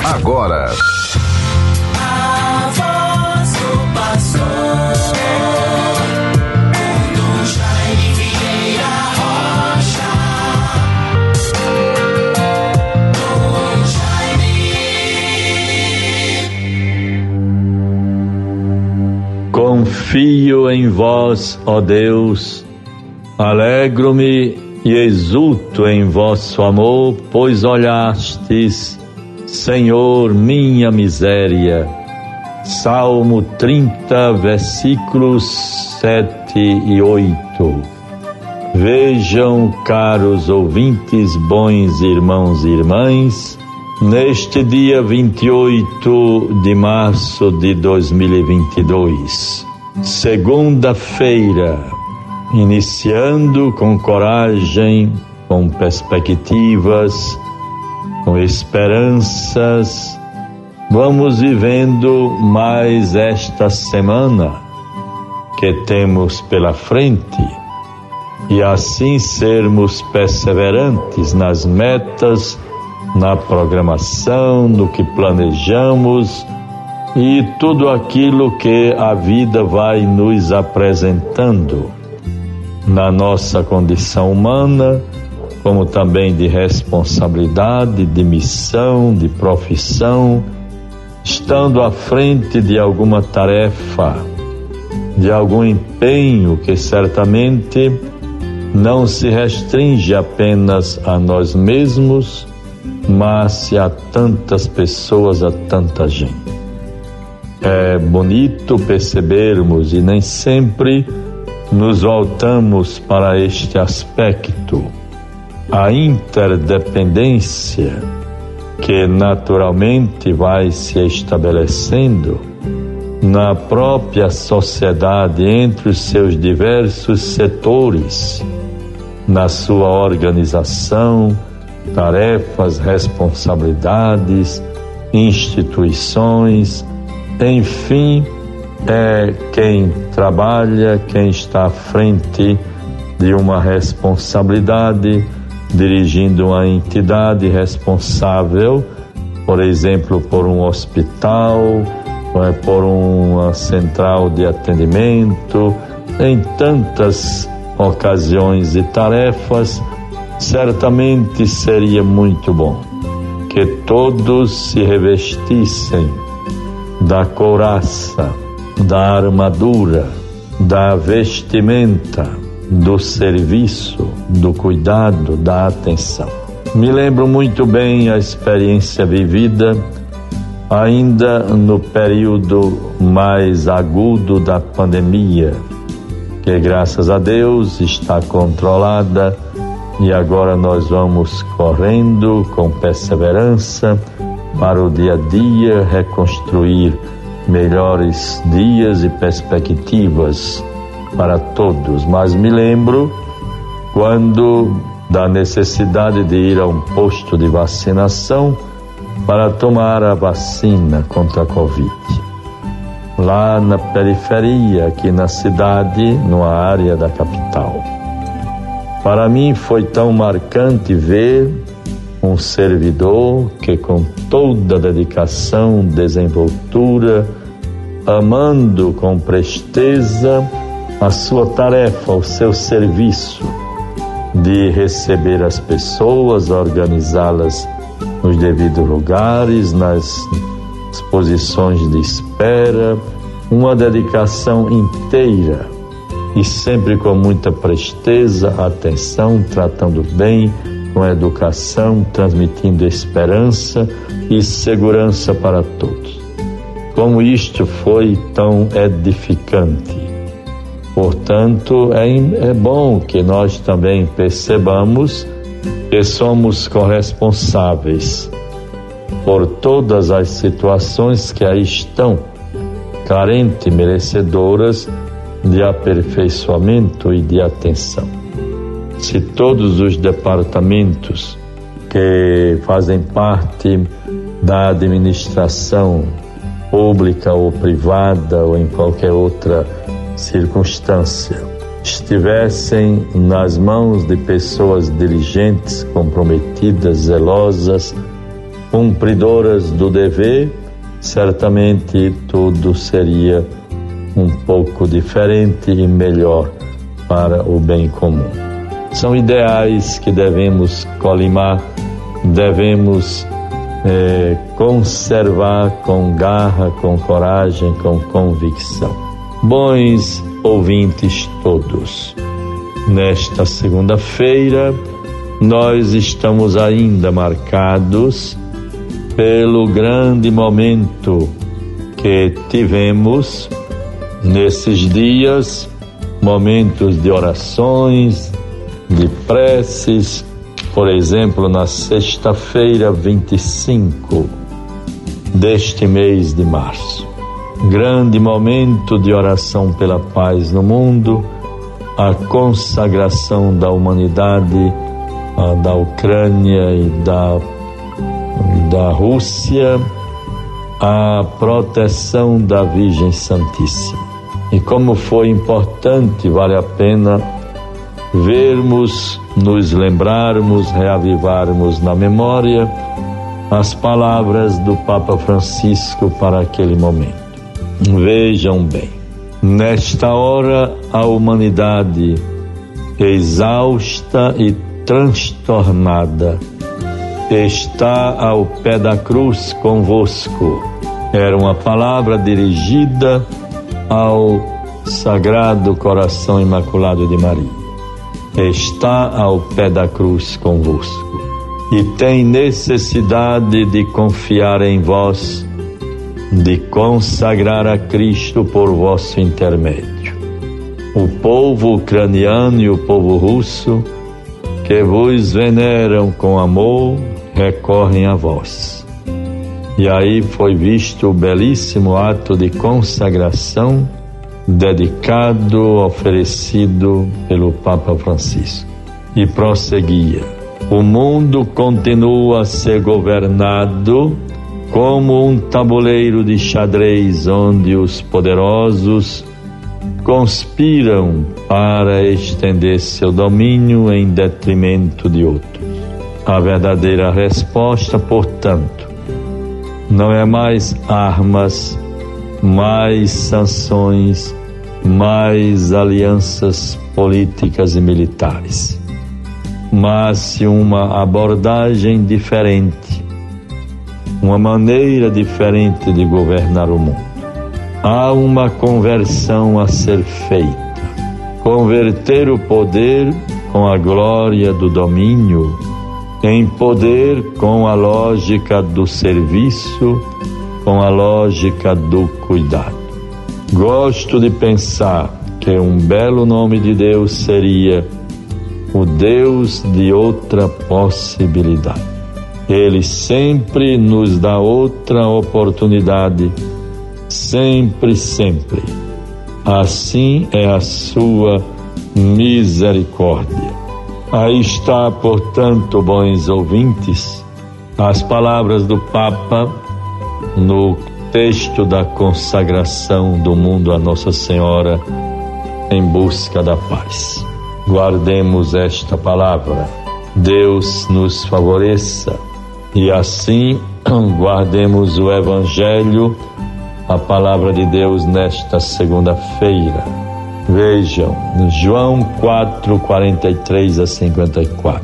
agora. A voz do pastor, Dom Jaime Vieira Rocha. Dom Jaime. Confio em vós, ó Deus, alegro-me e exulto em vosso amor, pois olhastes, Senhor, minha miséria. Salmo 30, versículos 7 e 8. Vejam, caros ouvintes, bons irmãos e irmãs, neste dia 28 de março de 2022, segunda-feira, iniciando com coragem, com perspectivas, com esperanças, vamos vivendo mais esta semana que temos pela frente e assim sermos perseverantes nas metas, na programação, no que planejamos e tudo aquilo que a vida vai nos apresentando na nossa condição humana, como também de responsabilidade, de missão, de profissão, estando à frente de alguma tarefa, de algum empenho que certamente não se restringe apenas a nós mesmos, mas a tantas pessoas, a tanta gente. É bonito percebermos e nem sempre nos voltamos para este aspecto, a interdependência que naturalmente vai se estabelecendo na própria sociedade entre os seus diversos setores, na sua organização, tarefas, responsabilidades, instituições, enfim, é quem trabalha, quem está à frente de uma responsabilidade, dirigindo uma entidade responsável, por exemplo, por um hospital, por uma central de atendimento, em tantas ocasiões e tarefas. Certamente seria muito bom que todos se revestissem da couraça, da armadura, da vestimenta, do serviço, do cuidado, da atenção. Me lembro muito bem a experiência vivida ainda no período mais agudo da pandemia, que graças a Deus está controlada e agora nós vamos correndo com perseverança para o dia a dia reconstruir melhores dias e perspectivas para todos. Mas me lembro quando da necessidade de ir a um posto de vacinação para tomar a vacina contra a Covid. Lá na periferia, aqui na cidade, numa área da capital. Para mim foi tão marcante ver um servidor que com toda dedicação, desenvoltura, amando com presteza a sua tarefa, o seu serviço de receber as pessoas, organizá-las nos devidos lugares, nas posições de espera, uma dedicação inteira e sempre com muita presteza, atenção, tratando bem, com educação, transmitindo esperança e segurança para todos. Como isto foi tão edificante. Portanto, é bom que nós também percebamos que somos corresponsáveis por todas as situações que aí estão, carentes, merecedoras de aperfeiçoamento e de atenção. Se todos os departamentos que fazem parte da administração pública ou privada ou em qualquer outra circunstância estivessem nas mãos de pessoas diligentes, comprometidas, zelosas, cumpridoras do dever, certamente tudo seria um pouco diferente e melhor para o bem comum. São ideais que devemos colimar, devemos conservar com garra, com coragem, com convicção. Bons ouvintes todos, nesta segunda-feira nós estamos ainda marcados pelo grande momento que tivemos nesses dias, momentos de orações, de preces. Por exemplo, na sexta-feira 25 deste mês de março, grande momento de oração pela paz no mundo, a consagração da humanidade, da Ucrânia e da Rússia, a proteção da Virgem Santíssima. E como foi importante, vale a pena vermos, nos lembrarmos, reavivarmos na memória as palavras do Papa Francisco para aquele momento. Vejam bem, nesta hora a humanidade exausta e transtornada está ao pé da cruz convosco. Era uma palavra dirigida ao Sagrado Coração Imaculado de Maria. Está ao pé da cruz convosco e tem necessidade de confiar em vós, de consagrar a Cristo por vosso intermédio. O povo ucraniano e o povo russo, que vos veneram com amor, recorrem a vós. E aí foi visto o belíssimo ato de consagração dedicado, oferecido pelo Papa Francisco. E prosseguia: o mundo continua a ser governado como um tabuleiro de xadrez onde os poderosos conspiram para estender seu domínio em detrimento de outros. A verdadeira resposta, portanto, não é mais armas, mais sanções, mais alianças políticas e militares, mas uma abordagem diferente, uma maneira diferente de governar o mundo. Há uma conversão a ser feita, converter o poder com a glória do domínio em poder com a lógica do serviço, com a lógica do cuidado. Gosto de pensar que um belo nome de Deus seria o Deus de outra possibilidade. Ele sempre nos dá outra oportunidade, sempre, sempre. Assim é a sua misericórdia. Aí está, portanto, bons ouvintes, as palavras do Papa no texto da consagração do mundo a Nossa Senhora em busca da paz. Guardemos esta palavra, Deus nos favoreça, e assim guardemos o Evangelho, a palavra de Deus nesta segunda-feira. Vejam, João 4, 43 a 54.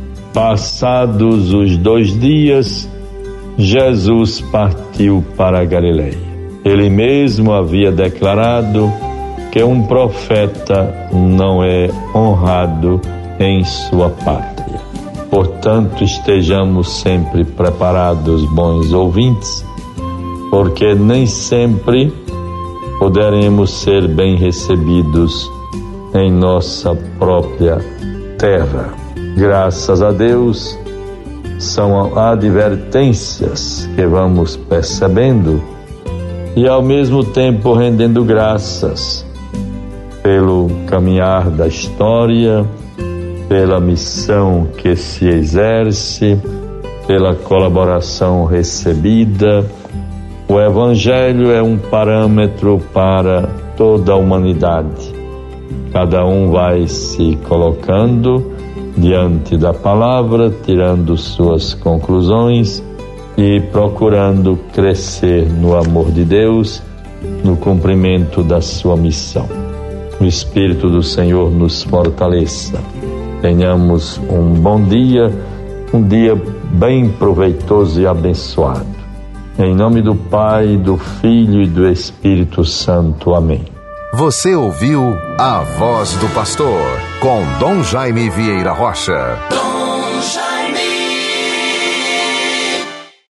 Passados os 2 dias, Jesus partiu para a Galileia. Ele mesmo havia declarado que um profeta não é honrado em sua pátria. Portanto, estejamos sempre preparados, bons ouvintes, porque nem sempre poderemos ser bem recebidos em nossa própria terra. Graças a Deus, são advertências que vamos percebendo e ao mesmo tempo rendendo graças pelo caminhar da história, pela missão que se exerce, pela colaboração recebida. O Evangelho é um parâmetro para toda a humanidade. Cada um vai se colocando diante da palavra, tirando suas conclusões e procurando crescer no amor de Deus, no cumprimento da sua missão. O Espírito do Senhor nos fortaleça. Tenhamos um bom dia, um dia bem proveitoso e abençoado. Em nome do Pai, do Filho e do Espírito Santo. Amém. Você ouviu A Voz do Pastor, com Dom Jaime Vieira Rocha.